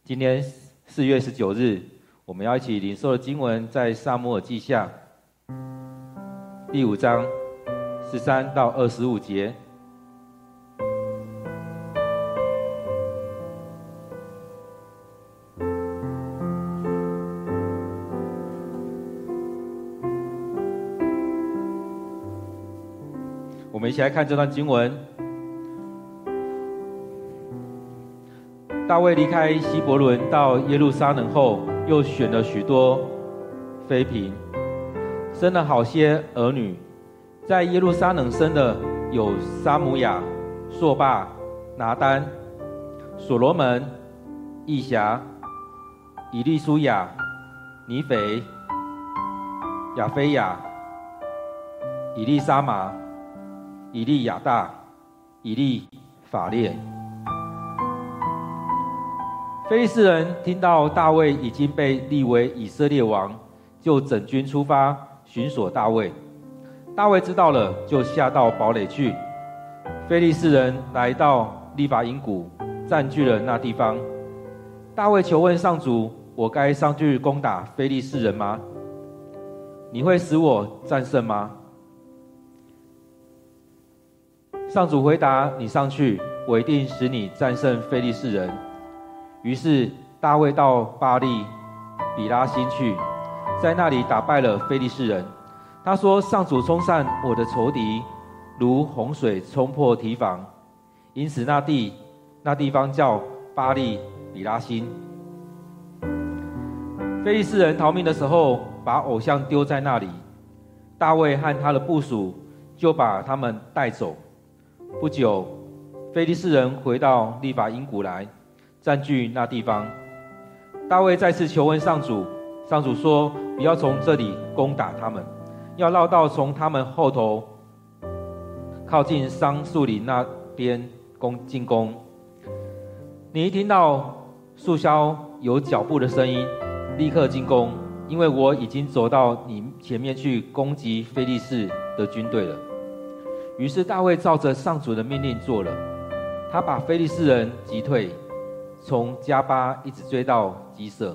今天4月19日，我们要一起领受的经文在撒母耳记下第5章13到25节。我们一起来看这段经文。大卫离开希伯伦到耶路撒冷后，又选了许多妃嫔，生了好些儿女。在耶路撒冷生的有沙姆亚、朔巴、拿单、所罗门、义霞、以利书亚、尼腓、亚菲亚、以利沙玛、以利亚大、以利法列。非利士人听到大卫已经被立为以色列王，就整军出发寻索大卫。大卫知道了，就下到堡垒去。非利士人来到利法因谷，占据了那地方。大卫求问上主：我该上去攻打非利士人吗？你会使我战胜吗？上主回答：你上去，我一定使你战胜非利士人。于是大卫到巴利比拉辛去，在那里打败了非利士人。他说：上主冲散我的仇敌，如洪水冲破堤防。因此那地方叫巴利比拉辛。非利士人逃命的时候，把偶像丢在那里。大卫和他的部属就把他们带走。不久，非利士人回到利法因谷来，占据那地方。大卫再次求问上主，上主说：不要从这里攻打他们，要绕道从他们后头靠近桑树林那边进攻。你一听到树梢有脚步的声音，立刻进攻，因为我已经走到你前面去攻击非利士的军队了。于是大卫照着上主的命令做了，他把非利士人击退，从加巴一直追到基色。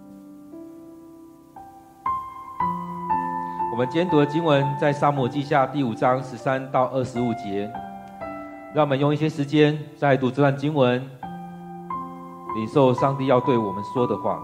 我们今天读的经文在撒母耳记下第5章13到25节。让我们用一些时间再读这段经文，领受上帝要对我们说的话。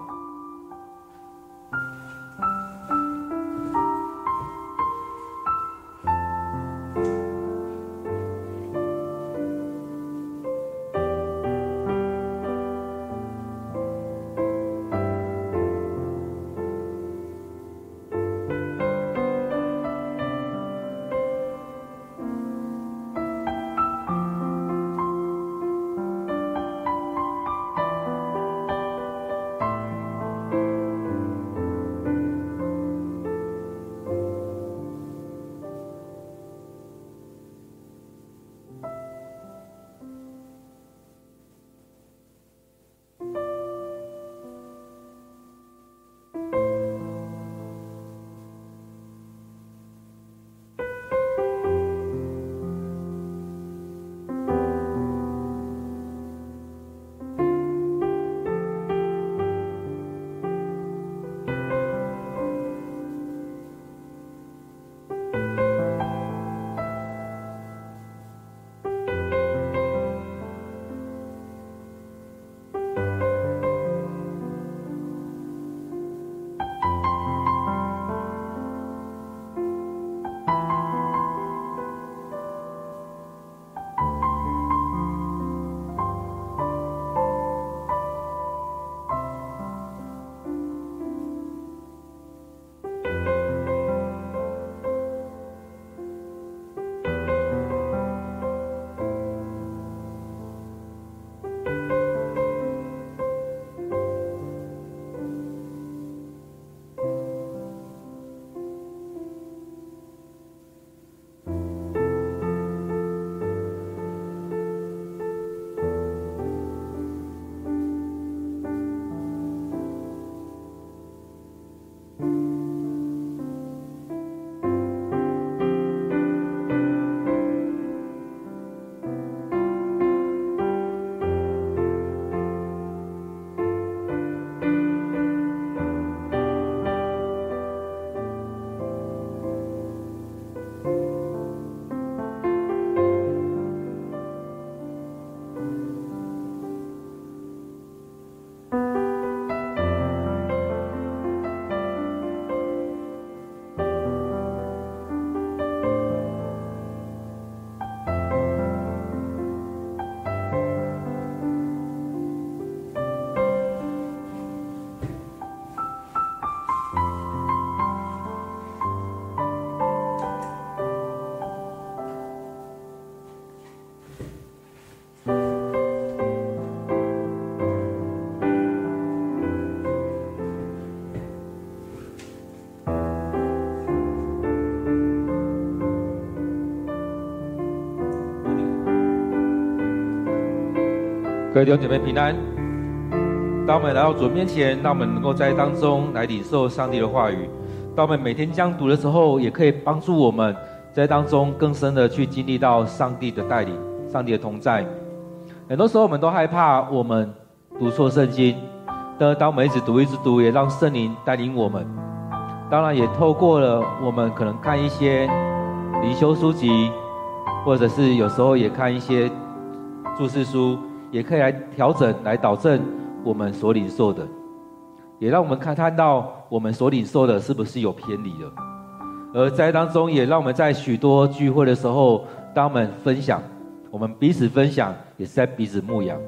各位弟兄姐妹平安。当我们来到主面前，让我们能够在当中来领受上帝的话语。当我们每天将读的时候，也可以帮助我们在当中更深的去经历到上帝的带领、上帝的同在。很多时候我们都害怕我们读错圣经，但当我们一直读，也让圣灵带领我们。当然也透过了我们可能看一些灵修书籍，或者是有时候也看一些注释书，也可以来调整、来导正我们所领受的，也让我们看到我们所领受的是不是有偏离了。而在当中，也让我们在许多聚会的时候，当我们分享，我们彼此分享，也是在彼此牧养。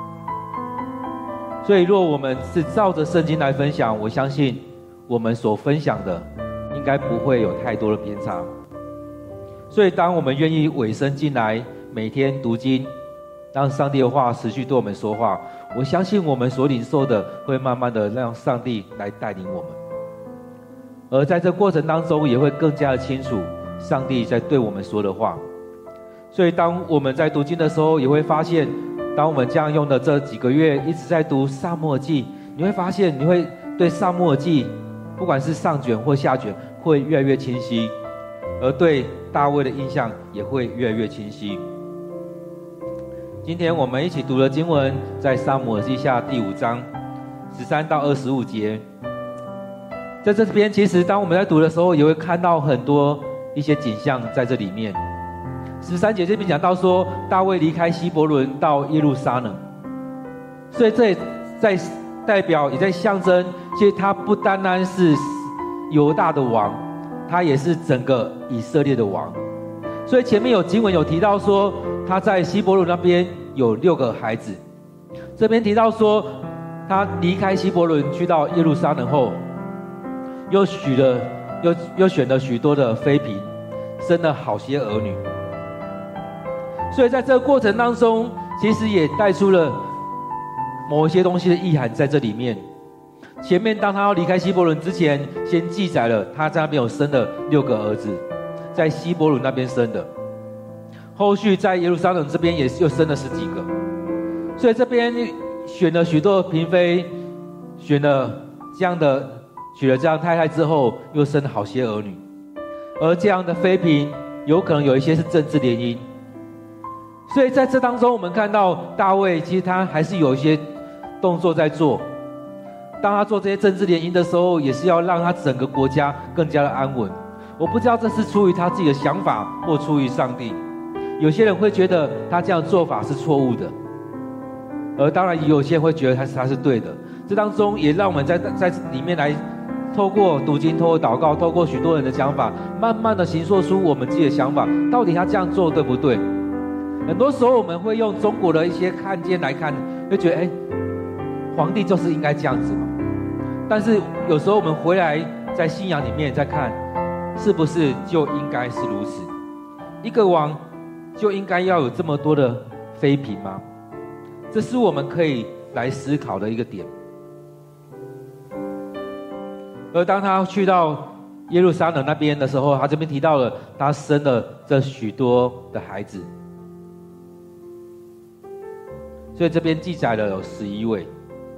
所以，若我们是照着圣经来分享，我相信我们所分享的应该不会有太多的偏差。所以，当我们愿意委身进来，每天读经，让上帝的话持续对我们说话，我相信我们所领受的会慢慢的让上帝来带领我们。而在这过程当中，也会更加的清楚上帝在对我们说的话。所以当我们在读经的时候，也会发现，当我们这样用的这几个月一直在读撒母耳记，你会发现你会对撒母耳记不管是上卷或下卷会越来越清晰，而对大卫的印象也会越来越清晰。今天我们一起读的经文在撒母耳记下第5章13到25节。在这边其实当我们在读的时候，也会看到很多一些景象在这里面。13节这边讲到说，大卫离开希伯伦到耶路撒冷，所以这也在代表，也在象征，其实他不单单是犹大的王，他也是整个以色列的王。所以前面有经文有提到说，他在希伯伦那边有6个孩子。这边提到说，他离开希伯伦去到耶路撒冷后，又选了许多的妃嫔，生了好些儿女。所以在这个过程当中，其实也带出了某一些东西的意涵在这里面。前面当他要离开希伯伦之前，先记载了他在那边有生了6个儿子，在希伯伦那边生的。后续在耶路撒冷这边也又生了10几个。所以这边选了许多嫔妃，娶了这样太太之后，又生了好些儿女。而这样的妃嫔，有可能有一些是政治联姻。所以在这当中，我们看到大卫其实他还是有一些动作在做。当他做这些政治联姻的时候，也是要让他整个国家更加的安稳。我不知道这是出于他自己的想法，或出于上帝。有些人会觉得他这样做法是错误的，而当然有些人会觉得他是对的。这当中也让我们在里面来透过读经、透过祷告、透过许多人的讲法，慢慢的形塑出我们自己的想法，到底他这样做对不对？很多时候我们会用中国的一些看见来看，会觉得皇帝就是应该这样子嘛。但是有时候我们回来在信仰里面再看，是不是就应该是如此？一个王就应该要有这么多的妃嫔吗？这是我们可以来思考的一个点。而当他去到耶路撒冷那边的时候，他这边提到了他生了这许多的孩子，所以这边记载了有11位。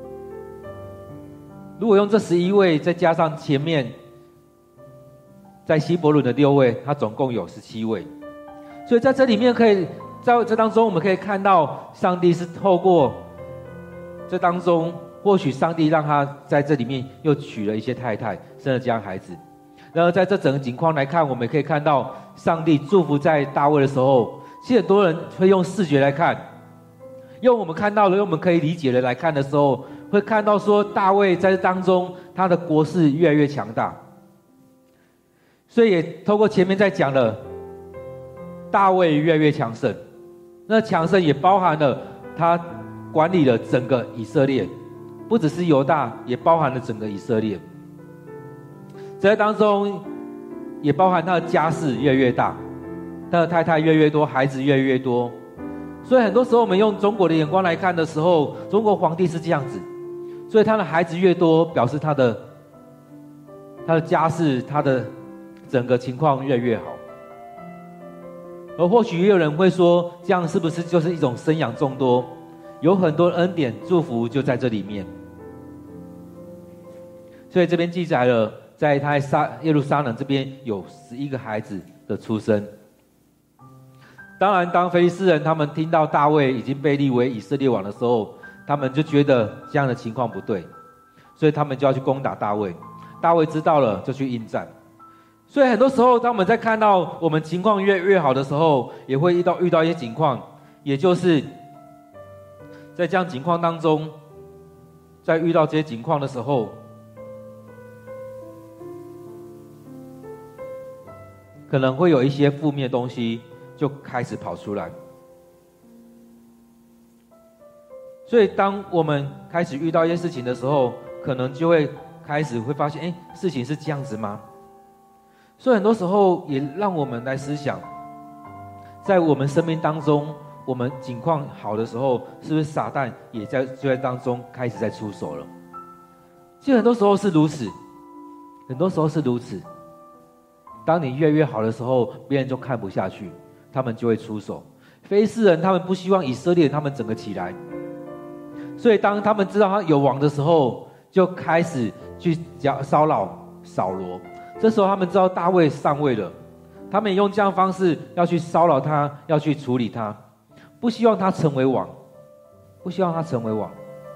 如果用这11位再加上前面在希伯伦的6位，他总共有17位。所以在这里面在这当中，我们可以看到上帝是透过这当中，或许上帝让他在这里面又娶了一些太太，生了这样孩子。然后在这整个情况来看，我们可以看到上帝祝福在大卫的时候，其实很多人会用视觉来看，用我们看到的、用我们可以理解的来看的时候，会看到说大卫在这当中他的国势越来越强大。所以也透过前面在讲了大卫越来越强盛，那强盛也包含了他管理了整个以色列，不只是犹大，也包含了整个以色列。在当中也包含他的家世越来越大，他的太太越来越多，孩子越来越多。所以很多时候我们用中国的眼光来看的时候，中国皇帝是这样子，所以他的孩子越多，表示他的家世，他的整个情况越来越好。而或许也有人会说，这样是不是就是一种生养众多？ 有很多恩典祝福就在这里面。所以这边记载了，在他耶路撒冷这边有11个孩子的出生。当然，当非利士人他们听到大卫已经被立为以色列王的时候，他们就觉得这样的情况不对，所以他们就要去攻打大卫。大卫知道了，就去应战。所以很多时候，当我们在看到我们情况越好的时候，也会遇到一些情况，也就是在这样情况当中，在遇到这些情况的时候，可能会有一些负面的东西就开始跑出来。所以当我们开始遇到一些事情的时候，可能就会开始会发现，事情是这样子吗？所以很多时候也让我们来思想，在我们生命当中，我们境况好的时候，是不是撒旦也就在当中开始在出手了？其实很多时候是如此，很多时候是如此。当你越好的时候，别人就看不下去，他们就会出手。非利士人他们不希望以色列他们整个起来，所以当他们知道他有王的时候，就开始去骚扰扫罗。这时候他们知道大卫上位了，他们也用这样的方式要去骚扰他，要去处理他，不希望他成为王，不希望他成为王。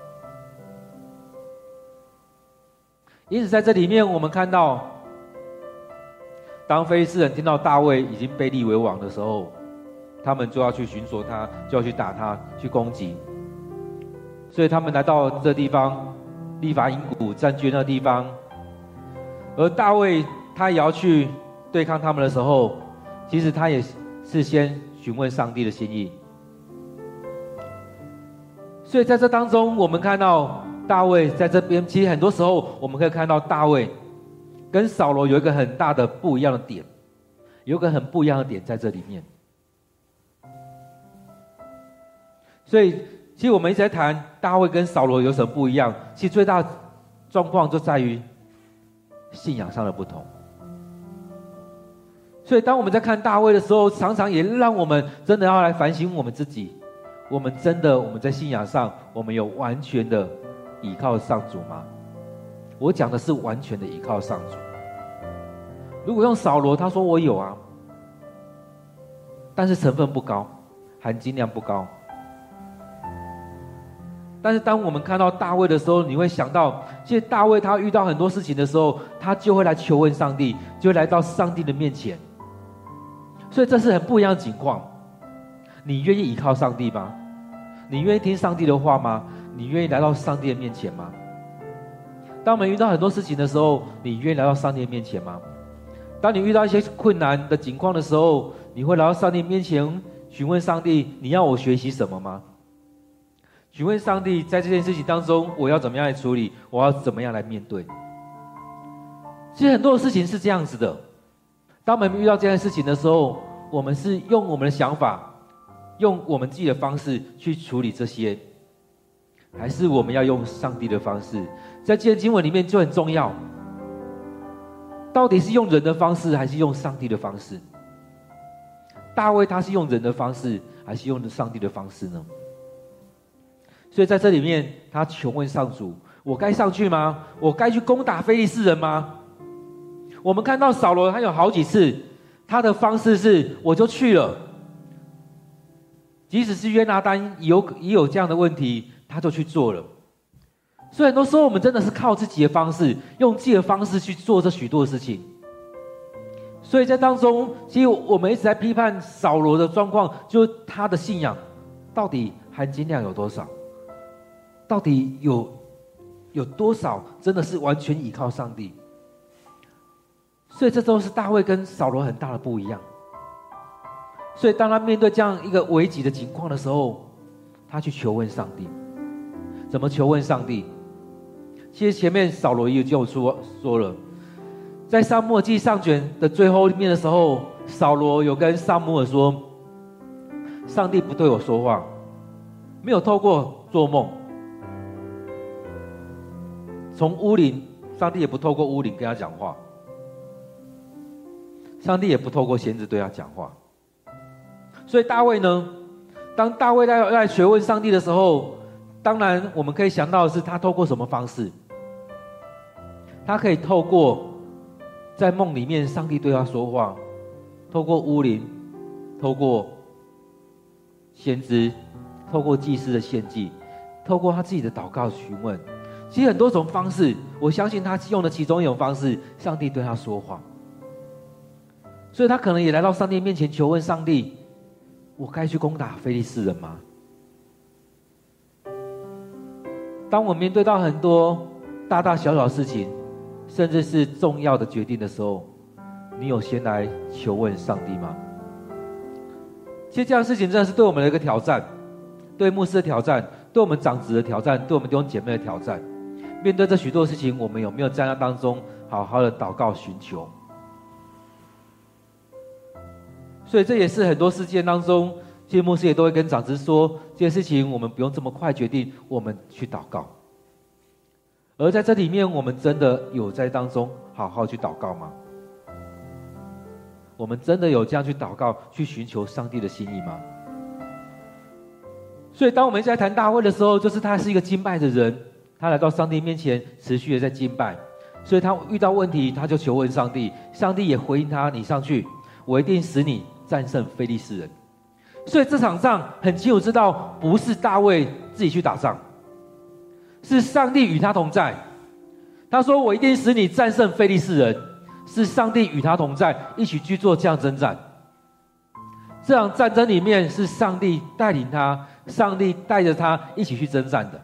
因此在这里面我们看到，当非利士人听到大卫已经被立为王的时候，他们就要去寻索他，就要去打他，去攻击。所以他们来到这地方，利乏音谷占据那个地方，而大卫他也要去对抗他们的时候，其实他也是先询问上帝的心意。所以在这当中，我们看到大卫在这边，其实很多时候我们可以看到大卫跟扫罗有一个很大的不一样的点，有一个很不一样的点在这里面。所以其实我们一直在谈大卫跟扫罗有什么不一样，其实最大的状况就在于信仰上的不同。所以当我们在看大卫的时候，常常也让我们真的要来反省我们自己，我们在信仰上，我们有完全的倚靠上主吗？我讲的是完全的倚靠上主。如果用扫罗，他说我有啊，但是成分不高，含金量不高。但是当我们看到大卫的时候，你会想到，其实大卫他遇到很多事情的时候，他就会来求问上帝，就会来到上帝的面前。所以这是很不一样的情况。你愿意依靠上帝吗？你愿意听上帝的话吗？你愿意来到上帝的面前吗？当我们遇到很多事情的时候，你愿意来到上帝的面前吗？当你遇到一些困难的情况的时候，你会来到上帝面前询问上帝，你要我学习什么吗？询问上帝，在这件事情当中，我要怎么样来处理？我要怎么样来面对？其实很多的事情是这样子的。当我们遇到这件事情的时候，我们是用我们的想法，用我们自己的方式去处理这些，还是我们要用上帝的方式？在这些经文里面就很重要，到底是用人的方式，还是用上帝的方式？大卫他是用人的方式，还是用上帝的方式呢？所以在这里面，他求问上主：我该上去吗？我该去攻打非利士人吗？我们看到扫罗，他有好几次，他的方式是我就去了。即使是约拿单也有这样的问题，他就去做了。所以很多时候，我们真的是靠自己的方式，用自己的方式去做这许多的事情。所以在当中，其实我们一直在批判扫罗的状况，就是他的信仰到底含金量有多少？到底有多少真的是完全依靠上帝？所以这都是大卫跟扫罗很大的不一样。所以当他面对这样一个危急的情况的时候，他去求问上帝。怎么求问上帝？其实前面扫罗也就说了，在撒母耳记上卷的最后面的时候，扫罗有跟撒母耳说，上帝不对我说话，没有透过做梦，从乌林，上帝也不透过乌林跟他讲话，上帝也不透过先知对他讲话。所以大卫呢， 当大卫在询问上帝的时候，当然我们可以想到的是他透过什么方式？他可以透过在梦里面上帝对他说话，透过巫灵，透过先知，透过祭司的献祭，透过他自己的祷告询问，其实很多种方式，我相信他用的其中一种方式，上帝对他说话。所以他可能也来到上帝面前求问上帝：我该去攻打非利士人吗？当我面对到很多大大小小的事情，甚至是重要的决定的时候，你有先来求问上帝吗？其实这样的事情真的是对我们的一个挑战，对牧师的挑战，对我们长子的挑战，对我们弟兄姐妹的挑战。面对这许多事情，我们有没有在那当中好好的祷告寻求？所以这也是很多事件当中，其实牧师也都会跟长子说，这些事情我们不用这么快决定，我们去祷告。而在这里面，我们真的有在当中好好去祷告吗？我们真的有这样去祷告，去寻求上帝的心意吗？所以当我们在谈大卫的时候，就是他是一个敬拜的人，他来到上帝面前持续的在敬拜，所以他遇到问题他就求问上帝，上帝也回应他：你上去，我一定使你战胜非利士人。所以这场仗很清楚知道，不是大卫自己去打仗，是上帝与他同在。他说：我一定使你战胜非利士人，是上帝与他同在，一起去做这样征战。这场战争里面是上帝带领他，上帝带着他一起去征战的。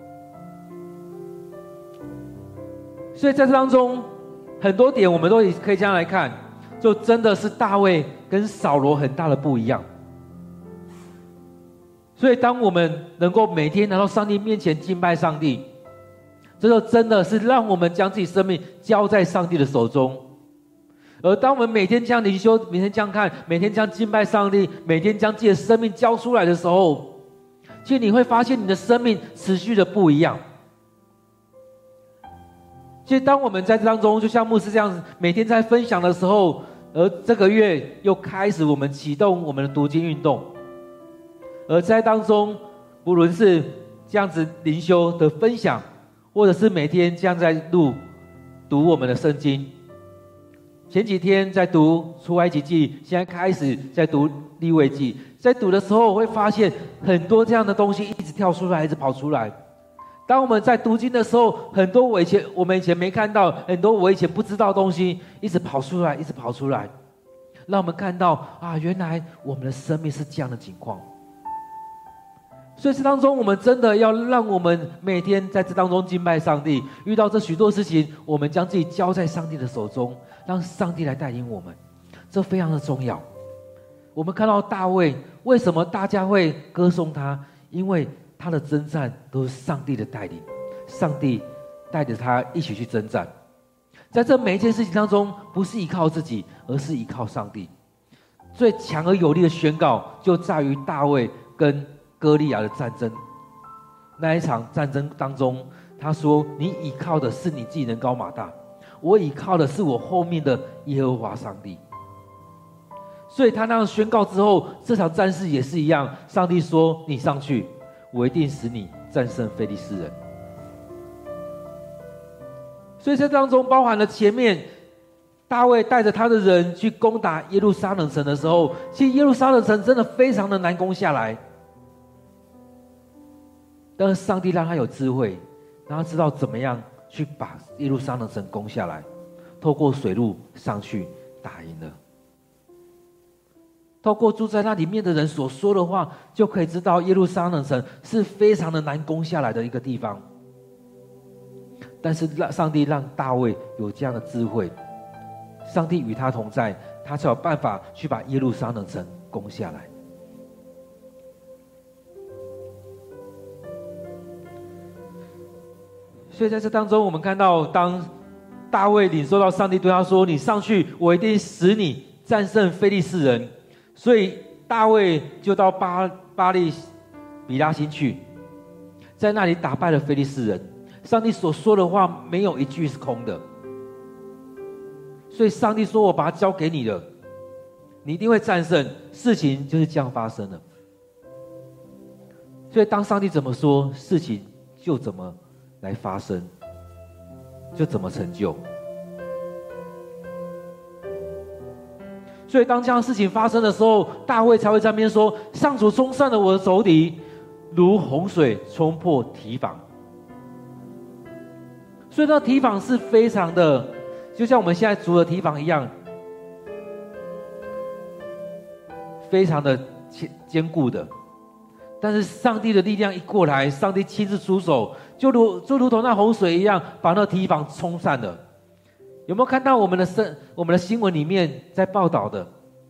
所以在这当中，很多点我们都可以这样来看，就真的是大卫跟扫罗很大的不一样。所以当我们能够每天来到上帝面前敬拜上帝，这就真的是让我们将自己生命交在上帝的手中。而当我们每天这样灵修，每天这样看，每天这样敬拜上帝，每天将自己的生命交出来的时候，其实你会发现你的生命持续的不一样。其实当我们在这当中，就像牧师这样子每天在分享的时候，而这个月又开始我们启动我们的读经运动，而在当中无论是这样子灵修的分享，或者是每天这样在读我们的圣经，前几天在读出埃及记，现在开始在读利未记，在读的时候我会发现很多这样的东西一直跳出来，一直跑出来。当我们在读经的时候，很多我们以前没看到，很多我以前不知道的东西一直跑出来，一直跑出来，让我们看到啊，原来我们的生命是这样的情况。所以这当中我们真的要让我们每天在这当中敬拜上帝，遇到这许多事情，我们将自己交在上帝的手中，让上帝来带领我们，这非常的重要。我们看到大卫，为什么大家会歌颂他？因为他的征战都是上帝的带领，上帝带着他一起去征战。在这每一件事情当中，不是依靠自己，而是依靠上帝。最强而有力的宣告就在于大卫跟歌利亚的战争。那一场战争当中，他说：你依靠的是你自己人高马大，我依靠的是我后面的耶和华上帝。所以他那样宣告之后，这场战事也是一样，上帝说：你上去，我一定使你战胜非利士人。所以这当中包含了前面大卫带着他的人去攻打耶路撒冷城的时候，其实耶路撒冷城真的非常的难攻下来，但是上帝让他有智慧，让他知道怎么样去把耶路撒冷城攻下来，透过水路上去打赢了。透过住在那里面的人所说的话，就可以知道耶路撒冷城是非常的难攻下来的一个地方。但是上帝让大卫有这样的智慧，上帝与他同在，他才有办法去把耶路撒冷城攻下来。所以在这当中，我们看到当大卫领受到上帝对他说：你上去，我一定使你战胜非利士人。所以大卫就到巴力比拉辛去，在那里打败了非利士人。上帝所说的话没有一句是空的，所以上帝说：我把它交给你了，你一定会战胜。事情就是这样发生的。 所以当上帝怎么说，事情就怎么来发生，就怎么成就。所以当这样的事情发生的时候，大卫才会在那边说：上主冲散了我的仇敌，如洪水冲破堤防。所以那堤防是非常的，就像我们现在筑的堤防一样，非常的坚固的。但是上帝的力量一过来，上帝亲自出手，就如同那洪水一样，把那堤防冲散了。有没有看到我们的新闻里面在报道的？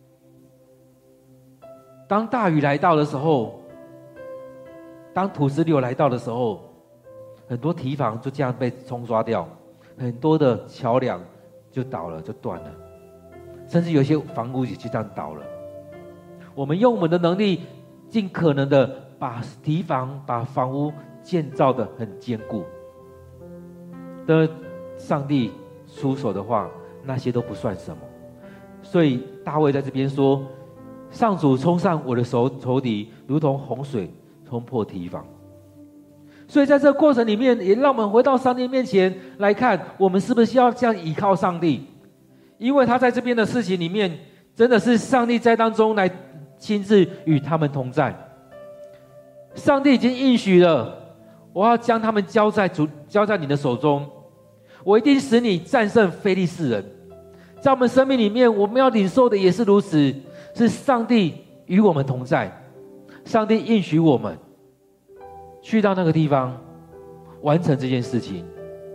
当大雨来到的时候，当土石流来到的时候，很多堤防就这样被冲刷掉，很多的桥梁就倒了，就断了，甚至有些房屋也就这样倒了。我们用我们的能力，尽可能的把堤防、把房屋建造的很坚固。的上帝出手的话，那些都不算什么。所以大卫在这边说：上主冲散我的仇敌，如同洪水冲破堤防。所以在这个过程里面，也让我们回到上帝面前来看，我们是不是要这样依靠上帝？因为他在这边的事情里面，真的是上帝在当中来亲自与他们同在。上帝已经应许了，我要将他们交在你的手中，我一定使你战胜非利士人。在我们生命里面，我们要领受的也是如此，是上帝与我们同在，上帝应许我们去到那个地方完成这件事情，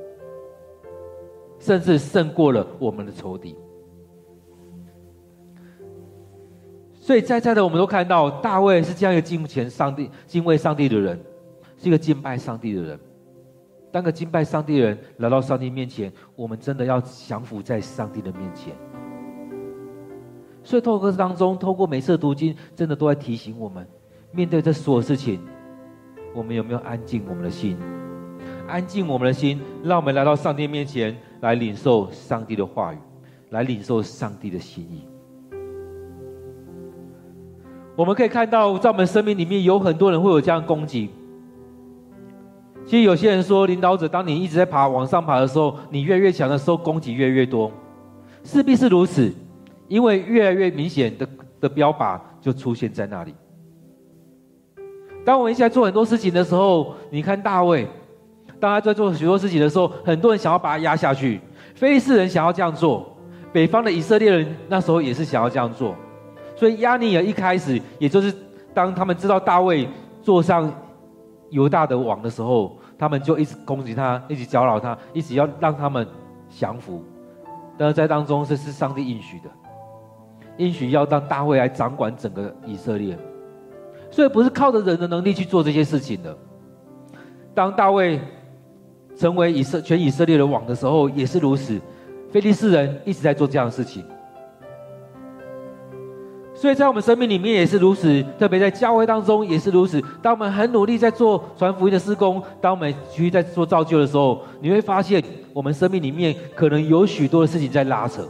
甚至胜过了我们的仇敌。所以在的我们都看到，大卫是这样一个敬畏上帝的人，是一个敬拜上帝的人。当个敬拜上帝的人来到上帝面前，我们真的要降服在上帝的面前。所以透过当中，透过每次的读经，真的都在提醒我们，面对这所有事情，我们有没有安静我们的心？安静我们的心，让我们来到上帝面前，来领受上帝的话语，来领受上帝的心意。我们可以看到，在我们生命里面，有很多人会有这样的攻击。其实有些人说，领导者当你一直在往上爬的时候，你越来越强的时候，攻击越来越多，势必是如此，因为越来越明显的标靶就出现在那里。当我们一起来做很多事情的时候，你看大卫，当他在做许多事情的时候，很多人想要把他压下去，非利士人想要这样做，北方的以色列人那时候也是想要这样做。所以亚尼尔一开始，也就是当他们知道大卫坐上犹大的王的时候，他们就一直攻击他，一直搅扰他，一直要让他们降服。但是在当中，这是上帝应许的，应许要让大卫来掌管整个以色列，所以不是靠着人的能力去做这些事情的。当大卫成为全以色列的王的时候，也是如此，非利士人一直在做这样的事情。所以在我们生命里面也是如此，特别在教会当中也是如此。当我们很努力在做传福音的事工，当我们继续在做造就的时候，你会发现我们生命里面可能有许多的事情在拉扯。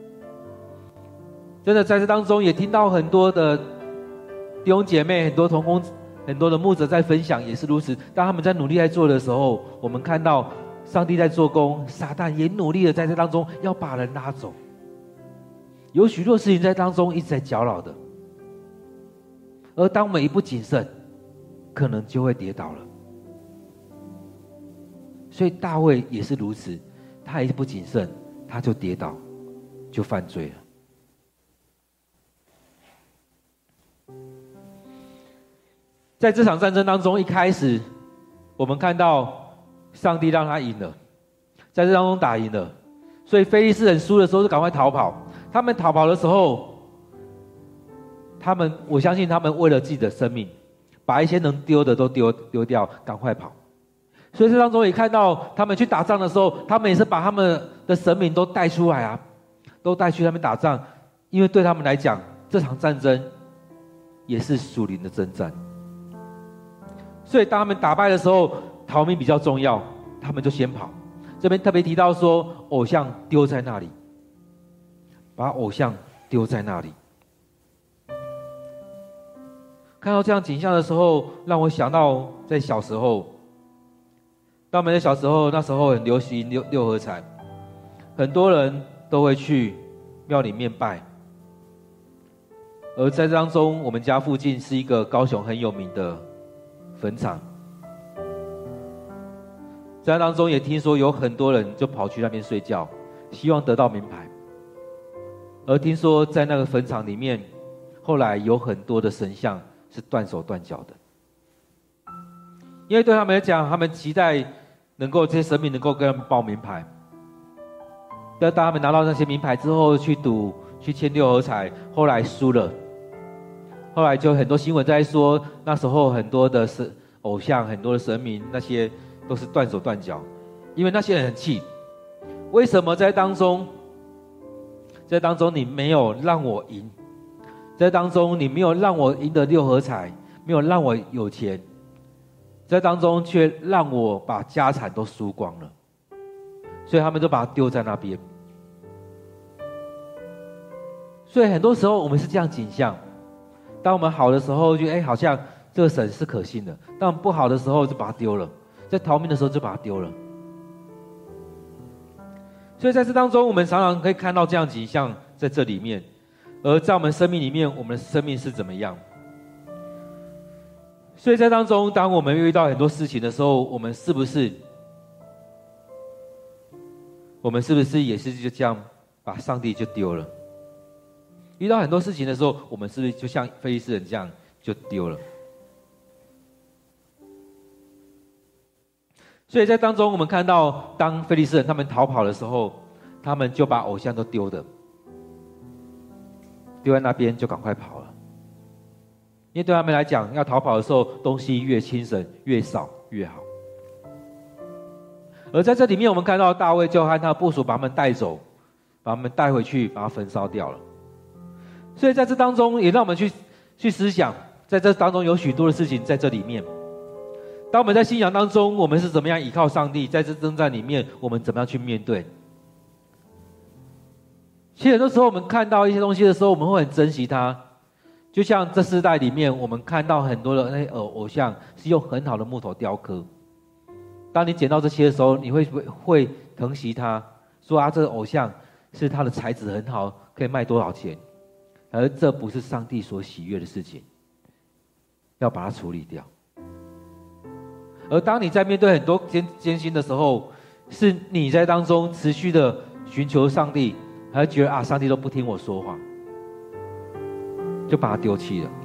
真的在这当中也听到很多的弟兄姐妹、很多同工、很多的牧者在分享，也是如此。当他们在努力在做的时候，我们看到上帝在做工，撒旦也努力的在这当中要把人拉走。有许多事情在当中一直在搅扰的，而当我们一不谨慎，可能就会跌倒了。所以大卫也是如此，他一不谨慎，他就跌倒，就犯罪了。在这场战争当中，一开始我们看到上帝让他赢了，在这当中打赢了，所以非利士人输的时候就赶快逃跑。他们逃跑的时候，我相信他们为了自己的生命，把一些能丢的都丢掉，赶快跑。所以这当中也看到他们去打仗的时候，他们也是把他们的神明都带出来啊，都带去他们打仗，因为对他们来讲，这场战争也是属灵的征战。所以当他们打败的时候，逃命比较重要，他们就先跑。这边特别提到说，偶像丢在那里。把偶像丢在那里。 看到这样景象的时候，让我想到在小时候，当我们在小时候，那时候很流行六合彩，很多人都会去庙里面拜。而在当中，我们家附近是一个高雄很有名的坟场，在当中也听说有很多人就跑去那边睡觉，希望得到名牌。而听说在那个坟场里面，后来有很多的神像是断手断脚的，因为对他们来讲，他们期待能够这些神明能够跟他们报名牌。当他们拿到那些名牌之后，去赌去签六合彩，后来输了。后来就很多新闻在说，那时候很多的偶像、很多的神明，那些都是断手断脚，因为那些人很气，为什么在当中你没有让我赢，在当中你没有让我赢得六合彩，没有让我有钱，在当中却让我把家产都输光了，所以他们都把它丢在那边。所以很多时候我们是这样景象。当我们好的时候就好像这个神是可信的，当我们不好的时候就把它丢了，在逃命的时候就把它丢了。所以在这当中，我们常常可以看到这样景象在这里面。而在我们生命里面，我们的生命是怎么样？所以在当中，当我们遇到很多事情的时候，我们是不是也是就这样把上帝就丢了？遇到很多事情的时候，我们是不是就像非利士人这样就丢了？所以在当中，我们看到，当非利士人他们逃跑的时候，他们就把偶像都丢在那边，就赶快跑了。因为对他们来讲，要逃跑的时候，东西越轻省、越少越好。而在这里面，我们看到大卫就和他的部属把他们带走，把他们带回去，把他焚烧掉了。所以在这当中，也让我们去思想，在这当中有许多的事情在这里面。当我们在信仰当中，我们是怎么样依靠上帝？在这征战里面，我们怎么样去面对？其实很多时候，我们看到一些东西的时候，我们会很珍惜它。就像这世代里面，我们看到很多的那些偶像是用很好的木头雕刻。当你捡到这些的时候，你会疼惜它，说啊，这个偶像是它的材质很好，可以卖多少钱？而这不是上帝所喜悦的事情，要把它处理掉。而当你在面对很多艰辛的时候，是你在当中持续的寻求上帝，还是觉得啊，上帝都不听我说话，就把它丢弃了。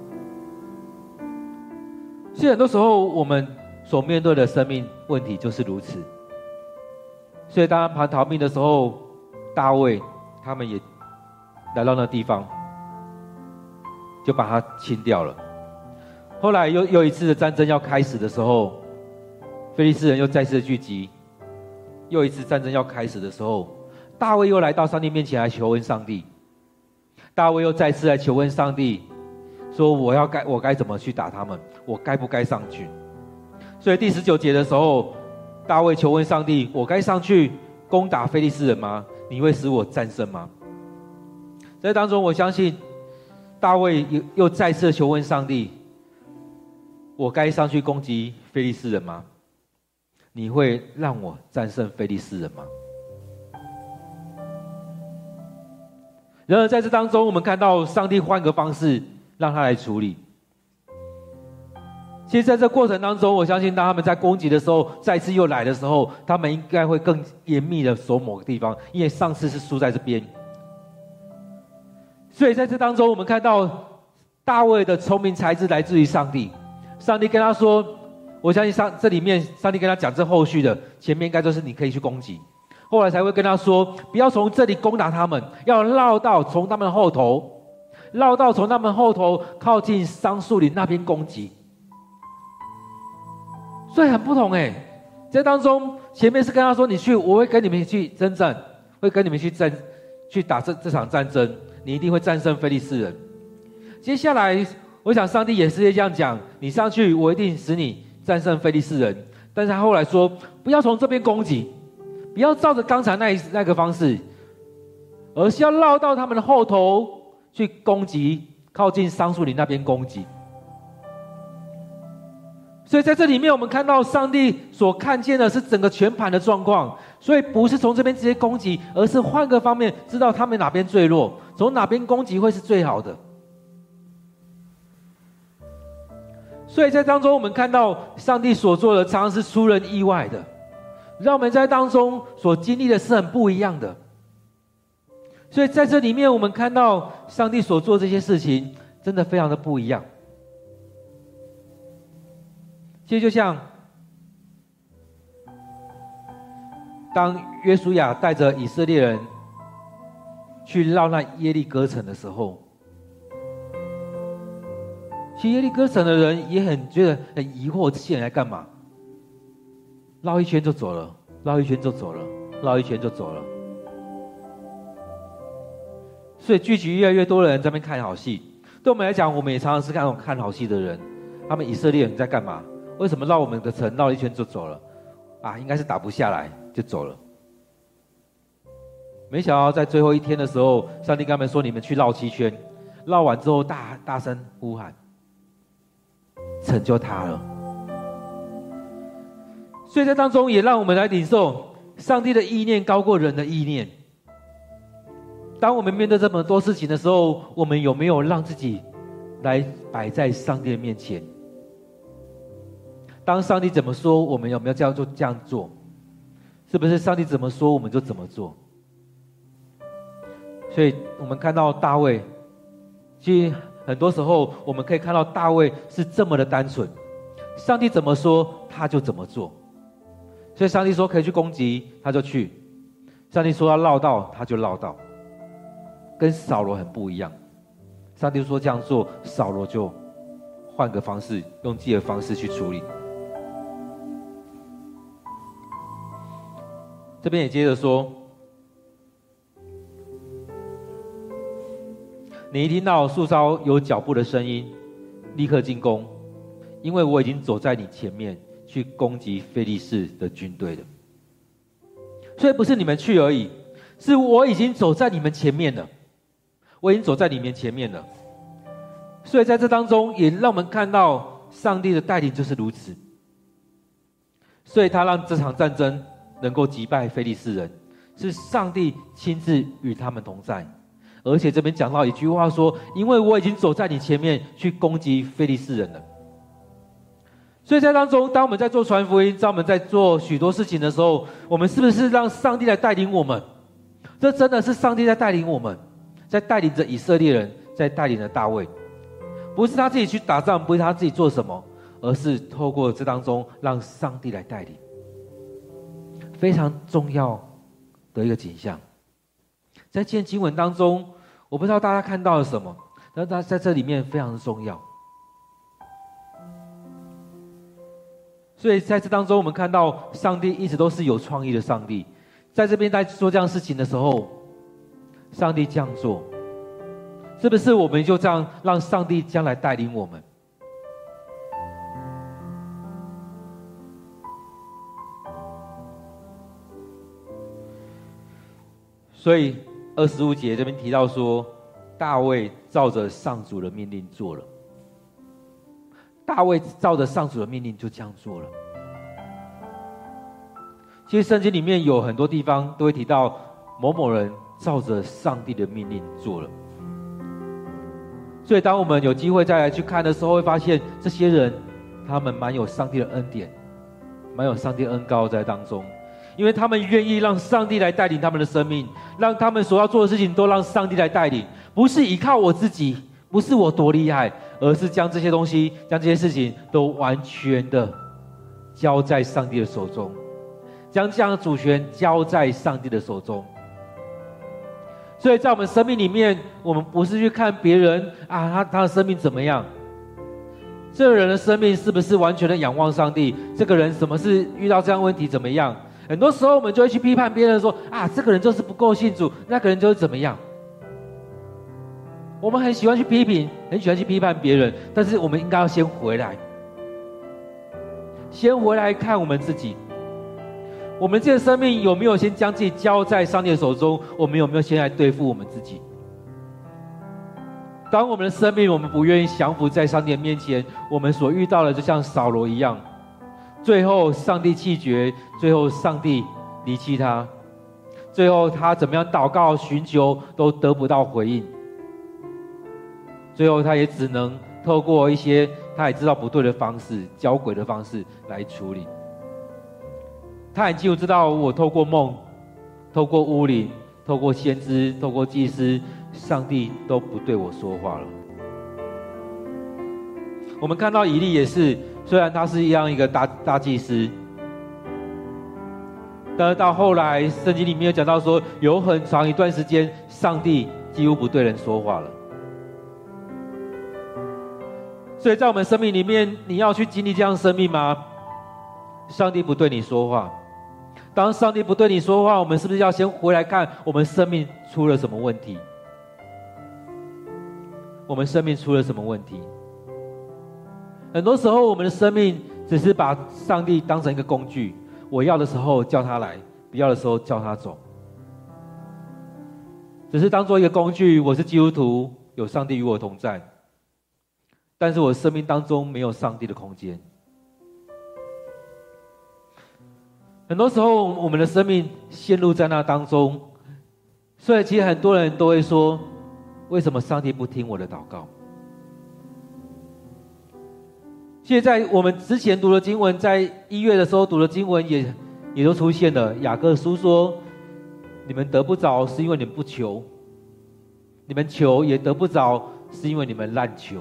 所以很多时候我们所面对的生命问题就是如此。所以当他逃命的时候，大卫他们也来到那地方，就把它清掉了。后来又一次的战争要开始的时候，非利士人又再次的聚集。又一次战争要开始的时候，大卫又来到上帝面前来求问上帝。大卫又再次来求问上帝，说我该怎么去打他们？我该不该上去？所以第19节的时候，大卫求问上帝：我该上去攻打非利士人吗？你会使我战胜吗？在当中，我相信大卫又再次求问上帝：我该上去攻击非利士人吗？你会让我战胜非利士人吗？然而在这当中，我们看到上帝换个方式让他来处理。其实在这过程当中，我相信当他们在攻击的时候，再次又来的时候，他们应该会更严密的守某个地方，因为上次是输在这边。所以在这当中，我们看到大卫的聪明才智来自于上帝。上帝跟他说，我相信这里面上帝跟他讲这后续的，前面应该都是你可以去攻击，后来才会跟他说，不要从这里攻打他们，要绕道从他们后头，从他们后头靠近桑树林那边攻击。所以很不同在当中前面是跟他说，你去，我会跟你们去征战，会跟你们去打这场战争，你一定会战胜非利士人。接下来我想上帝也是这样讲，你上去，我一定使你战胜非利士人。但是他后来说，不要从这边攻击，不要照着刚才那个方式，而是要绕到他们的后头去攻击，靠近桑树林那边攻击。 所以在这里面，我们看到上帝所看见的是整个全盘的状况，所以不是从这边直接攻击，而是换个方面，知道他们哪边坠落，从哪边攻击会是最好的。所以在当中，我们看到上帝所做的常常是出人意外的，让我们在当中所经历的是很不一样的。所以在这里面，我们看到上帝所做这些事情，真的非常的不一样。其实就像当约书亚带着以色列人去绕那耶利哥城的时候，其实耶利哥城的人也觉得很疑惑，这些人来干嘛？绕一圈就走了，绕一圈就走了，绕一圈就走了。所以聚集越来越多的人在那边看好戏。对我们来讲，我们也常常是那种看好戏的人。他们以色列人在干嘛？为什么绕我们的城绕一圈就走了？应该是打不下来就走了。没想到在最后一天的时候，上帝跟他们说：“你们去绕7圈。”绕完之后，大声呼喊，城就塌了。所以在当中也让我们来领受上帝的意念高过人的意念。当我们面对这么多事情的时候，我们有没有让自己来摆在上帝的面前？当上帝怎么说，我们有没有这样做？是不是上帝怎么说，我们就怎么做？所以我们看到大卫，其实很多时候我们可以看到大卫是这么的单纯，上帝怎么说他就怎么做。所以上帝说可以去攻击，他就去；上帝说要绕道，他就绕道。跟扫罗很不一样，上帝说这样做，扫罗就换个方式，用自己的方式去处理。这边也接着说，你一听到树梢有脚步的声音，立刻进攻，因为我已经走在你前面，去攻击非利士的军队了。所以不是你们去而已，是我已经走在你们前面了，我已经走在你们前面了。所以在这当中，也让我们看到上帝的带领就是如此。所以他让这场战争能够击败非利士人，是上帝亲自与他们同在。而且这边讲到一句话说，因为我已经走在你前面，去攻击非利士人了。所以在当中，当我们在做传福音，当我们在做许多事情的时候，我们是不是让上帝来带领我们？这真的是上帝在带领我们，在带领着以色列人，在带领着大卫。不是他自己去打仗，不是他自己做什么，而是透过这当中让上帝来带领。非常重要的一个景象。在这经文当中，我不知道大家看到了什么，但是它在这里面非常的重要。所以在这当中，我们看到上帝一直都是有创意的上帝。在这边在做这样事情的时候，上帝这样做，是不是我们就这样让上帝将来带领我们？所以25节这边提到说，大卫照着上主的命令做了。大卫照着上主的命令就这样做了。其实圣经里面有很多地方都会提到某某人照着上帝的命令做了。所以当我们有机会再来去看的时候，会发现这些人他们蛮有上帝的恩典，蛮有上帝的恩膏在当中，因为他们愿意让上帝来带领他们的生命，让他们所要做的事情都让上帝来带领，不是依靠我自己，不是我多厉害，而是将这些东西，将这些事情都完全的交在上帝的手中，将这样的主权交在上帝的手中。所以在我们生命里面，我们不是去看别人他的生命怎么样，这个人的生命是不是完全的仰望上帝，这个人什么是遇到这样的问题怎么样。很多时候我们就会去批判别人说这个人就是不够信主，那个人就是怎么样。我们很喜欢去批评，很喜欢去批判别人，但是我们应该要先回来，先回来看我们自己，我们这个生命有没有先将自己交在上帝的手中？我们有没有先来对付我们自己？当我们的生命我们不愿意降服在上帝的面前，我们所遇到的就像扫罗一样， 最后上帝弃绝，最后上帝离弃他，最后他怎么样祷告寻求都得不到回应，最后他也只能透过一些他也知道不对的方式，交鬼的方式来处理。他很清楚知道，我透过梦，透过巫灵，透过先知，透过祭司，上帝都不对我说话了。我们看到以利也是，虽然他是一样一个大祭司，但是到后来圣经里面有讲到说，有很长一段时间，上帝几乎不对人说话了。所以在我们生命里面，你要去经历这样的生命吗？上帝不对你说话，当上帝不对你说话，我们是不是要先回来看我们生命出了什么问题？我们生命出了什么问题？很多时候我们的生命只是把上帝当成一个工具，我要的时候叫他来，不要的时候叫他走，只是当做一个工具。我是基督徒，有上帝与我同在，但是我生命当中没有上帝的空间。很多时候我们的生命陷入在那当中，所以其实很多人都会说，为什么上帝不听我的祷告？现在我们之前读的经文，在1月的时候读的经文也都出现了。雅各书说，你们得不着是因为你们不求，你们求也得不着是因为你们滥求。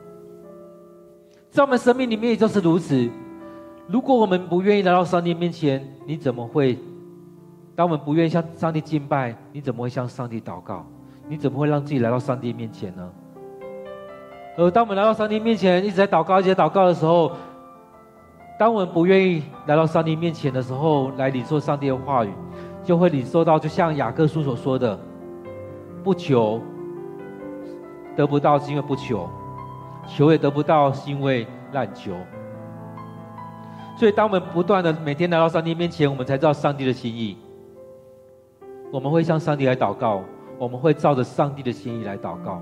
在我们生命里面也就是如此。如果我们不愿意来到上帝面前，你怎么会？当我们不愿意向上帝敬拜，你怎么会向上帝祷告？你怎么会让自己来到上帝面前呢？而当我们来到上帝面前，一直在祷告，一直在祷告的时候，当我们不愿意来到上帝面前的时候，来领受上帝的话语，就会领受到，就像雅各书所说的，不求得不到是因为不求，求也得不到是因为滥求。所以当我们不断的每天来到上帝面前，我们才知道上帝的心意。我们会向上帝来祷告，我们会照着上帝的心意来祷告。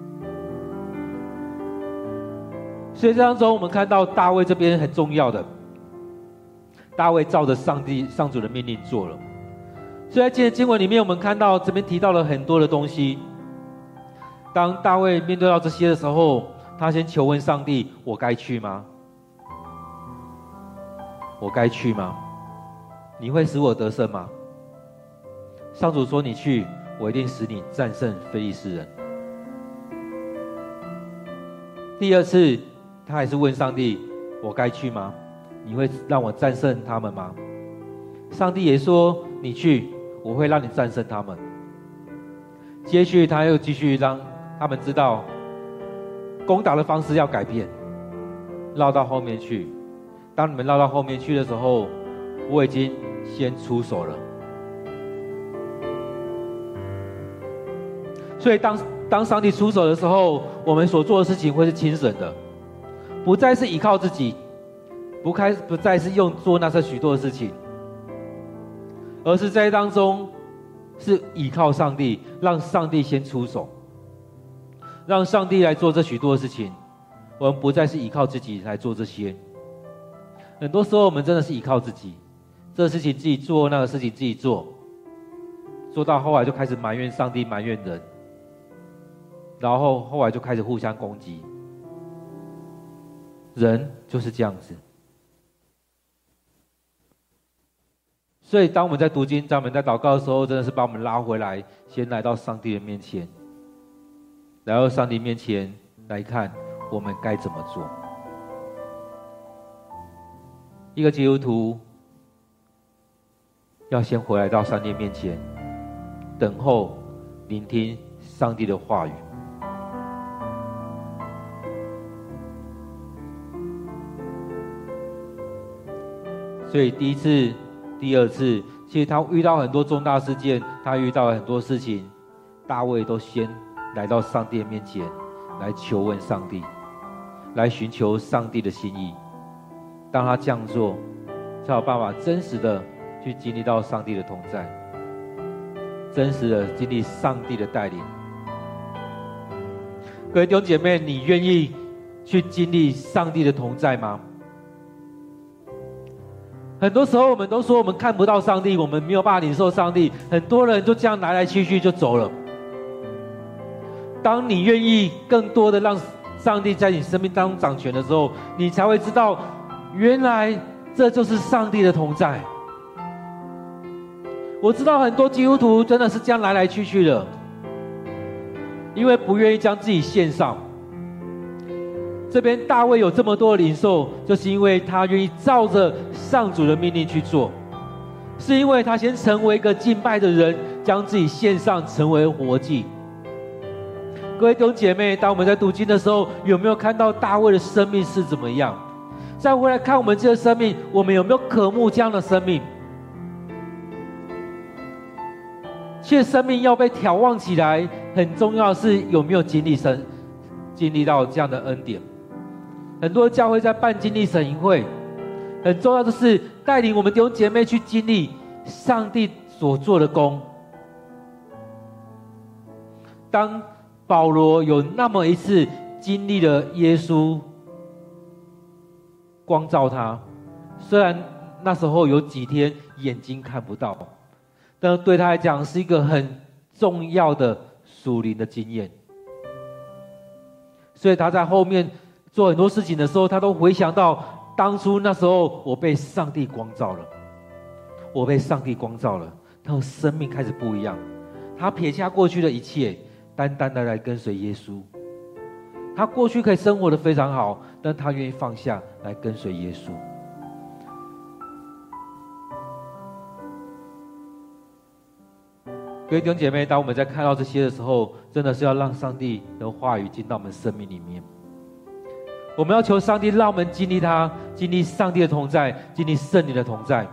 所以这当中我们看到大卫这边很重要的，大卫照着上主的命令做了。所以在今天经文里面，我们看到这边提到了很多的东西。当大卫面对到这些的时候，他先求问上帝，我该去吗？我该去吗？你会使我得胜吗？上主说，你去，我一定使你战胜非利士人。第二次他还是问上帝，我该去吗？你会让我战胜他们吗？上帝也说，你去，我会让你战胜他们。接续他又继续让他们知道，攻打的方式要改变，绕到后面去。当你们绕到后面去的时候，我已经先出手了。所以当上帝出手的时候，我们所做的事情会是轻省的，不再是依靠自己，不再是做那些许多的事情，而是在当中是依靠上帝，让上帝先出手，让上帝来做这许多的事情。我们不再是依靠自己来做这些。很多时候我们真的是依靠自己，这个事情自己做，那个事情自己做，做到后来就开始埋怨上帝，埋怨人，然后后来就开始互相攻击。人就是这样子。所以当我们在读经，当我们在祷告的时候，真的是把我们拉回来，先来到上帝的面前，来到上帝面前来看我们该怎么做。一个基督徒要先回来到上帝面前，等候聆听上帝的话语。所以第一次、第二次，其实他遇到很多重大事件，他遇到了很多事情，大卫都先来到上帝的面前，来求问上帝，来寻求上帝的心意。当他这样做，才有办法真实的去经历到上帝的同在，真实的经历上帝的带领。各位弟兄姐妹，你愿意去经历上帝的同在吗？ 很多时候我们都说我们看不到上帝，我们没有办法领受上帝，很多人就这样来来去去就走了。当你愿意更多的让上帝在你生命当中掌权的时候，你才会知道，原来这就是上帝的同在。我知道很多基督徒真的是这样来来去去的，因为不愿意将自己献上。这边大卫有这么多的领受，就是因为他愿意照着上主的命令去做，是因为他先成为一个敬拜的人，将自己献上成为活祭。各位弟兄姐妹，当我们在读经的时候，有没有看到大卫的生命是怎么样？再回来看我们这个生命，我们有没有渴慕这样的生命？其实生命要被眺望起来，很重要的是有没有经历到这样的恩典。很多教会在办经历神营会，很重要的是带领我们弟兄姐妹去经历上帝所做的工。当保罗有那么一次经历了耶稣光照他，虽然那时候有几天眼睛看不到，但对他来讲是一个很重要的属灵的经验。所以他在后面做很多事情的时候，他都回想到当初那时候我被上帝光照了，我被上帝光照了，他的生命开始不一样。他撇下过去的一切，单单的来跟随耶稣。他过去可以生活得非常好，但他愿意放下来跟随耶稣。各位弟兄姐妹，当我们在看到这些的时候，真的是要让上帝的话语进到我们生命里面。我们要求上帝让我们经历他，经历上帝的同在，经历圣灵的同在。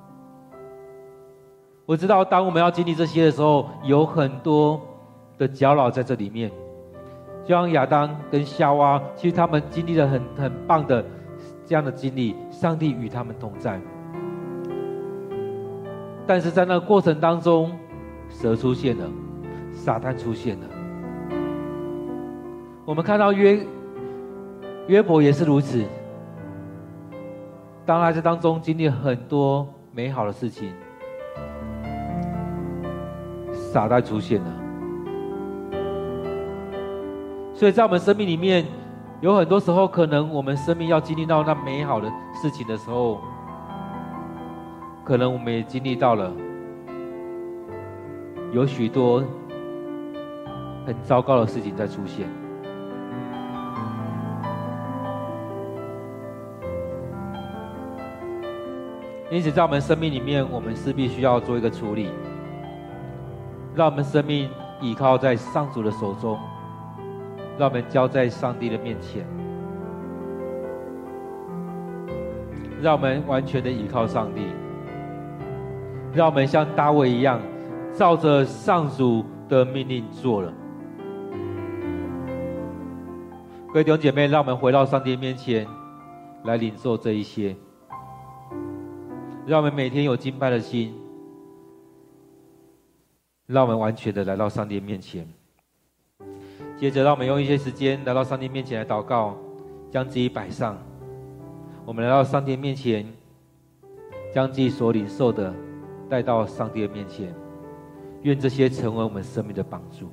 我知道当我们要经历这些的时候，有很多的搅扰在这里面。就像亚当跟夏娃，其实他们经历了很棒的这样的经历，上帝与他们同在。但是在那个过程当中，蛇出现了，撒旦出现了。我们看到约伯也是如此，当他在当中经历很多美好的事情，撒旦出现了。所以在我们生命里面，有很多时候可能我们生命要经历到那美好的事情的时候，可能我们也经历到了有许多很糟糕的事情在出现。因此在我们生命里面，我们势必需要做一个处理，让我们生命倚靠在上主的手中，让我们交在上帝的面前，让我们完全的倚靠上帝，让我们像大卫一样，照着上主的命令做了。各位弟兄姐妹，让我们回到上帝面前来领受这一些，让我们每天有敬拜的心，让我们完全的来到上帝面前。接着让我们用一些时间来到上帝面前来祷告，将自己摆上。我们来到上帝面前，将自己所领受的带到上帝的面前，愿这些成为我们生命的帮助。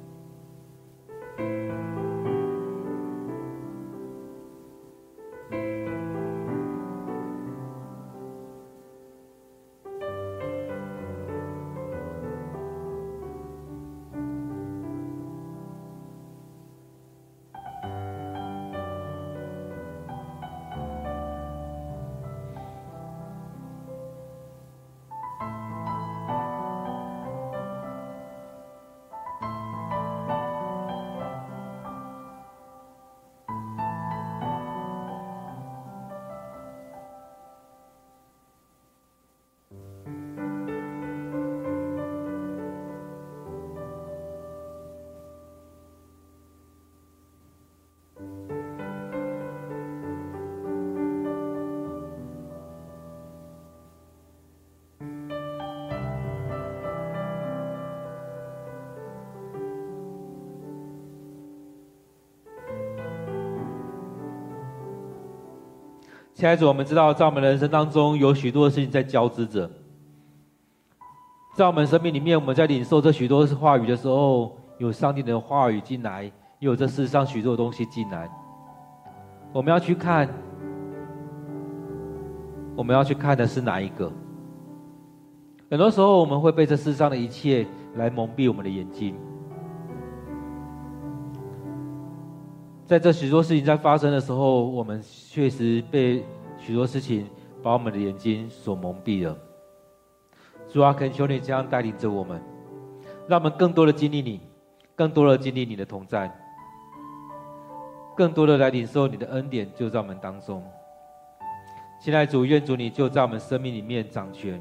亲爱的主，我们知道在我们人生当中有许多的事情在交织着，在我们生命里面，我们在领受这许多话语的时候，有上帝的话语进来，也有这世上许多的东西进来。我们要去看，我们要去看的是哪一个？很多时候我们会被这世上的一切来蒙蔽我们的眼睛。在这许多事情在发生的时候，我们确实被许多事情把我们的眼睛所蒙蔽了。主啊，恳求你这样带领着我们，让我们更多的经历你，更多的经历你的同在，更多的来领受你的恩典就在我们当中。亲爱的主，愿主你就在我们生命里面掌权。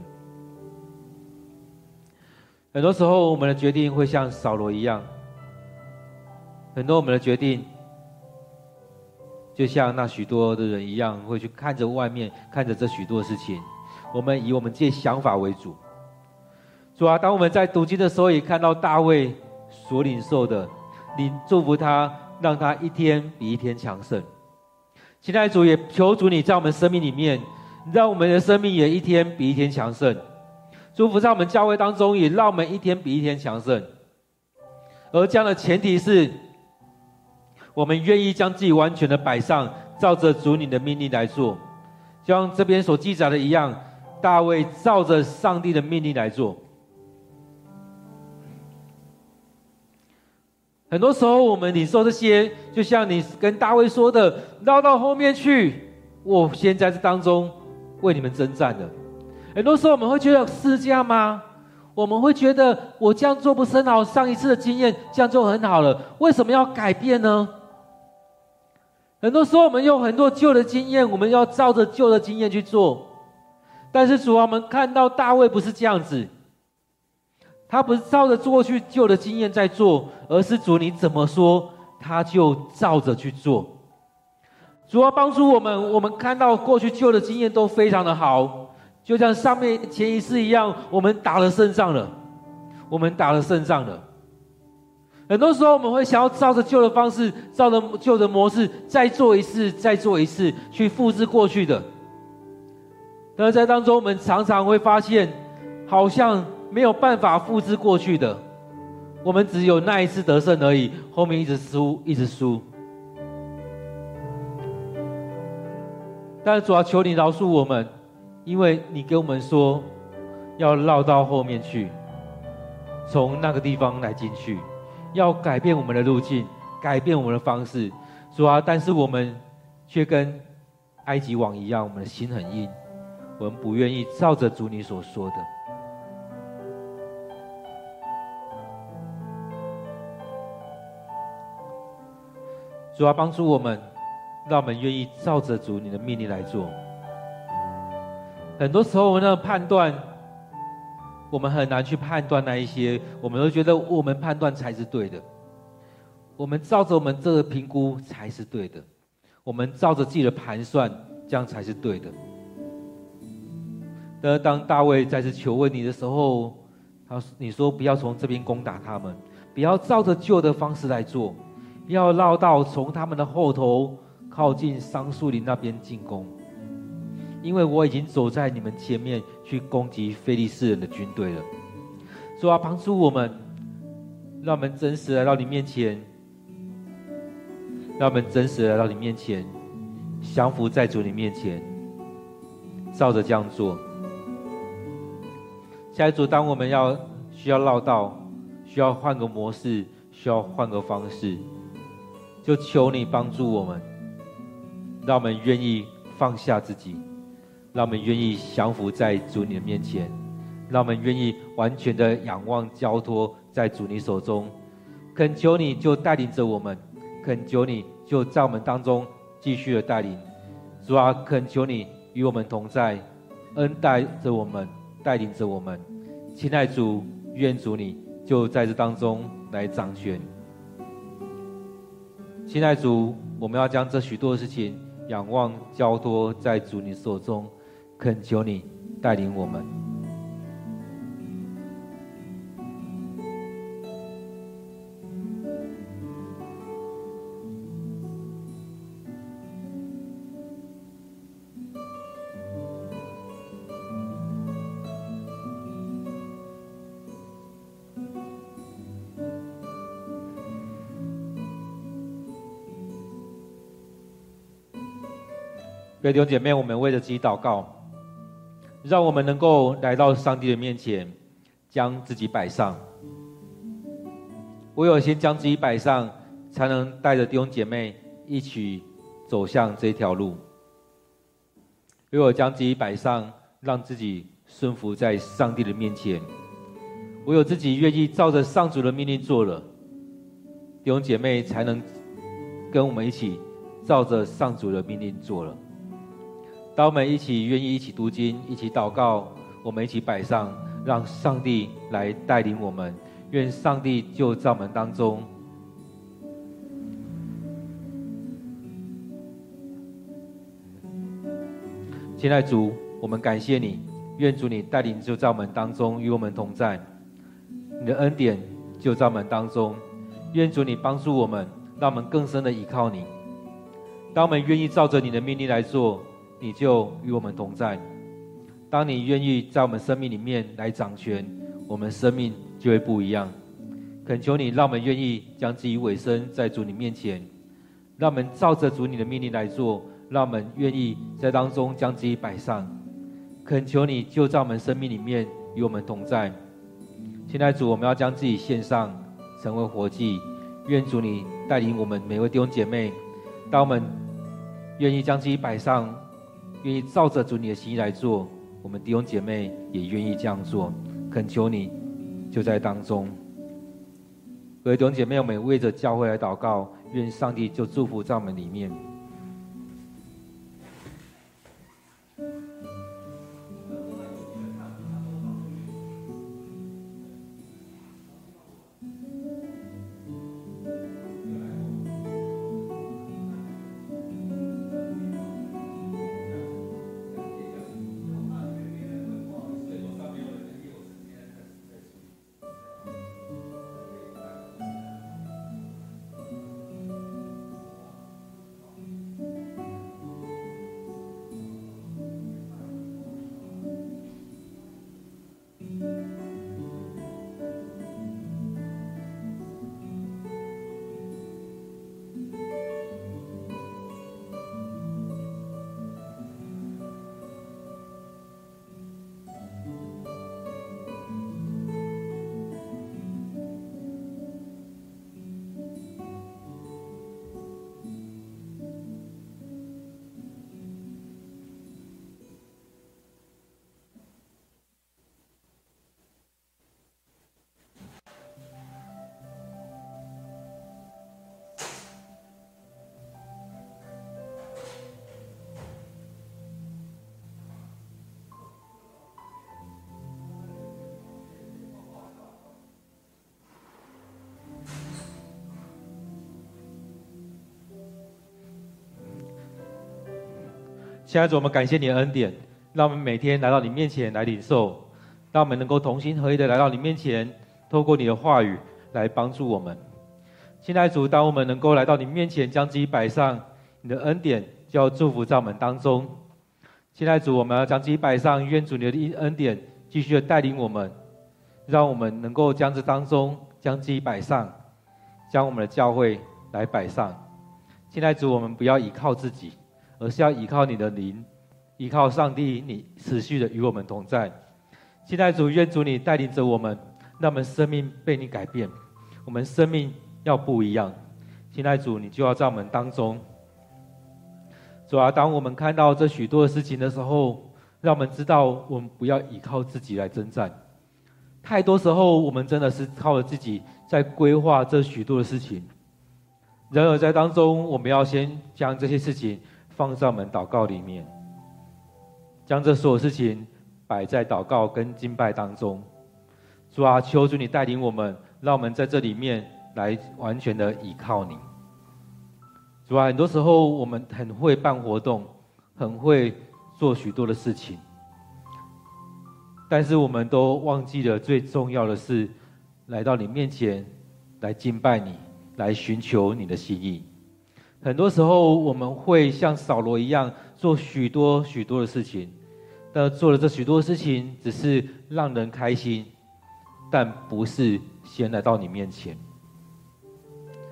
很多时候我们的决定会像扫罗一样，很多我们的决定就像那许多的人一样，会去看着外面，看着这许多的事情，我们以我们自己想法为主。主啊，当我们在读经的时候，也看到大卫所领受的，你祝福他，让他一天比一天强盛。亲爱的主，也求主你在我们生命里面，让我们的生命也一天比一天强盛。祝福在我们教会当中，也让我们一天比一天强盛。而这样的前提是，我们愿意将自己完全的摆上，照着主你的命令来做，就像这边所记载的一样，大卫照着上帝的命令来做。很多时候我们领受这些，就像你跟大卫说的，绕到后面去，我先在这当中为你们征战的。很多时候我们会觉得是这样吗？我们会觉得我这样做不是很好，上一次的经验这样就很好了，为什么要改变呢？很多时候我们用很多旧的经验，我们要照着旧的经验去做，但是主啊，我们看到大卫不是这样子，他不是照着过去旧的经验在做，而是主你怎么说，他就照着去做。主啊，帮助我们，我们看到过去旧的经验都非常的好，就像上面前一次一样，我们打了胜仗了，我们打了胜仗了。很多时候我们会想要照着旧的方式，照着旧的模式，再做一次，再做一次，去复制过去的。但是在当中，我们常常会发现，好像没有办法复制过去的，我们只有那一次得胜而已，后面一直输，一直输。但是主要求你饶恕我们，因为你给我们说要绕到后面去，从那个地方来进去，要改变我们的路径，改变我们的方式。主啊，但是我们却跟埃及王一样，我们的心很硬，我们不愿意照着主你所说的。主啊，帮助我们，让我们愿意照着主你的命令来做。很多时候我们的判断，我们很难去判断那一些，我们都觉得我们判断才是对的，我们照着我们这个评估才是对的，我们照着自己的盘算，这样才是对的。但当大卫再次求问你的时候，你说不要从这边攻打他们，不要照着旧的方式来做，不要绕道从他们的后头靠近桑树林那边进攻，因为我已经走在你们前面去攻击非利士人的军队了。主啊，帮助我们，让我们真实来到你面前，让我们真实来到你面前，降服在主你面前，照着这样做。下一组，当我们需要绕道，需要换个模式，需要换个方式，就求你帮助我们，让我们愿意放下自己，让我们愿意降服在主你的面前，让我们愿意完全的仰望交托在主你手中。恳求你就带领着我们，恳求你就在我们当中继续的带领。主啊，恳求你与我们同在，恩待着我们，带领着我们。亲爱主，愿主你就在这当中来掌权。亲爱主，我们要将这许多的事情仰望交托在主你手中，恳求你带领我们。 各位弟兄姐妹，我们为着自己祷告，让我们能够来到上帝的面前，将自己摆上。唯有先将自己摆上，才能带着弟兄姐妹一起走向这条路。唯有将自己摆上，让自己顺服在上帝的面前。唯有自己愿意照着上主的命令做了，弟兄姐妹才能跟我们一起照着上主的命令做了。当我们一起愿意一起读经，一起祷告，我们一起摆上，让上帝来带领我们。愿上帝就在我们当中。亲爱的主，我们感谢你，愿主你带领就在我们当中，与我们同在。你的恩典就在我们当中，愿主你帮助我们，让我们更深的依靠你。当我们愿意照着你的命令来做，你就与我们同在。当你愿意在我们生命里面来掌权，我们生命就会不一样。恳求你让我们愿意将自己委身在主你面前，让我们照着主你的命令来做，让我们愿意在当中将自己摆上。恳求你就在我们生命里面与我们同在。亲爱的主，我们要将自己献上，成为活祭。愿主你带领我们每位弟兄姐妹，当我们愿意将自己摆上，愿意照着主你的心意来做，我们弟兄姐妹也愿意这样做。恳求你就在当中。各位弟兄姐妹，我们为着教会来祷告，愿上帝就祝福在我们里面。亲爱的主，我们感谢你的恩典，让我们每天来到你面前来领受，让我们能够同心合一的来到你面前，透过你的话语来帮助我们。亲爱的主，当我们能够来到你面前，将自己摆上，你的恩典就要祝福在我们当中。亲爱的主，我们要将自己摆上，愿主你的恩典继续的带领我们，让我们能够将这当中将自己摆上，将我们的教会来摆上。亲爱的主，我们不要依靠自己，而是要依靠你的灵，依靠上帝，你持续的与我们同在。亲爱的主，愿主你带领着我们，让我们生命被你改变，我们生命要不一样。亲爱的主，你就要在我们当中。主啊，当我们看到这许多的事情的时候，让我们知道我们不要依靠自己来征战。太多时候我们真的是靠着自己在规划这许多的事情，然而在当中我们要先将这些事情放在我们祷告里面，将这所有事情摆在祷告跟敬拜当中。主啊，求主你带领我们，让我们在这里面来完全的依靠你。主啊，很多时候我们很会办活动，很会做许多的事情，但是我们都忘记了最重要的是来到你面前来敬拜你，来寻求你的心意。很多时候我们会像扫罗一样做许多许多的事情，但做了这许多事情只是让人开心，但不是先来到你面前。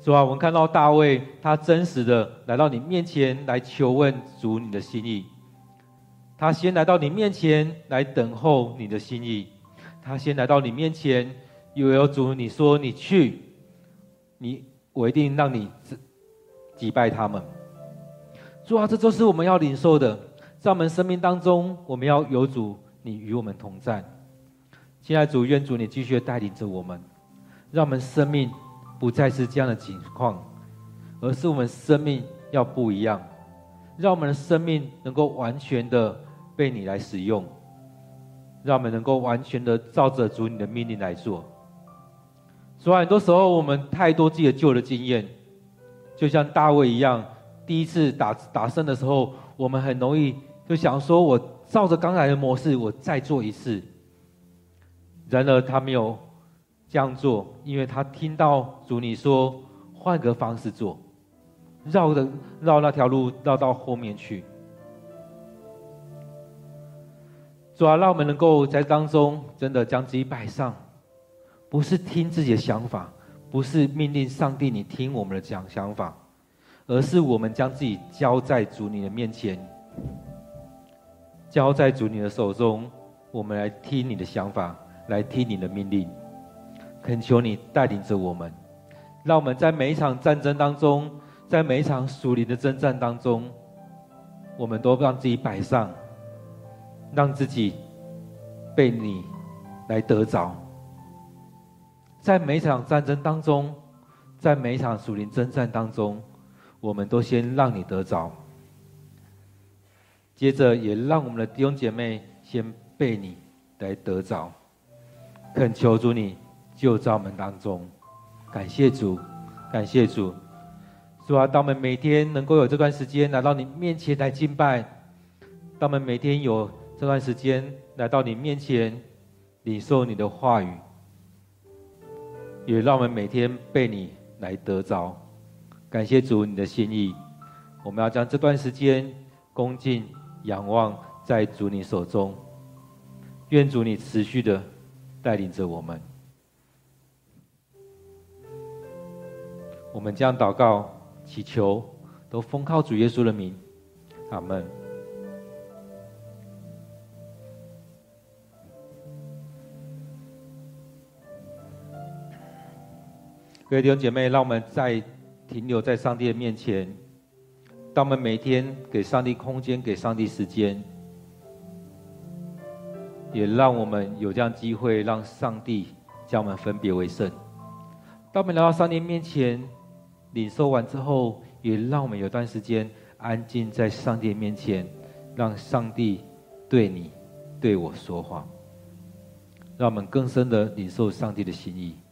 主啊，我们看到大卫，他真实的来到你面前来求问主你的心意。他先来到你面前来等候你的心意，他先来到你面前，有主你说你去，我一定让你击败他们。主啊，这就是我们要领受的，在我们生命当中，我们要有主你与我们同在。亲爱的主，愿主你继续带领着我们，让我们生命不再是这样的情况，而是我们生命要不一样，让我们的生命能够完全的被你来使用，让我们能够完全的照着主你的命令来做。所以很多时候我们太多自己的旧的经验，就像大卫一样，第一次打胜的时候，我们很容易就想说，我照着刚才的模式，我再做一次。然而他没有这样做，因为他听到主你说换个方式做，绕那条路绕到后面去。主啊，让我们能够在当中真的将自己摆上，不是听自己的想法，不是命令上帝你听我们的想法，而是我们将自己交在主你的面前，交在主你的手中，我们来听你的想法，来听你的命令。恳求你带领着我们，让我们在每一场战争当中，在每一场属灵的征战当中，我们都让自己摆上，让自己被你来得着。在每一场战争当中，在每一场属灵征战当中，我们都先让你得着，接着也让我们的弟兄姐妹先被你来得着。恳求主你就在我们当中，感谢主，感谢主。主啊，当我们每天能够有这段时间来到你面前来敬拜，当我们每天有这段时间来到你面前领受你的话语，也让我们每天被你来得着。感谢主你的心意，我们要将这段时间恭敬仰望在主你手中，愿主你持续的带领着我们。我们将祷告祈求都奉靠主耶稣的名，阿们。各位弟兄姐妹，让我们再停留在上帝的面前，当我们每天给上帝空间，给上帝时间，也让我们有这样机会，让上帝将我们分别为圣。当我们来到上帝面前领受完之后，也让我们有段时间安静在上帝面前，让上帝对你对我说话，让我们更深的领受上帝的心意。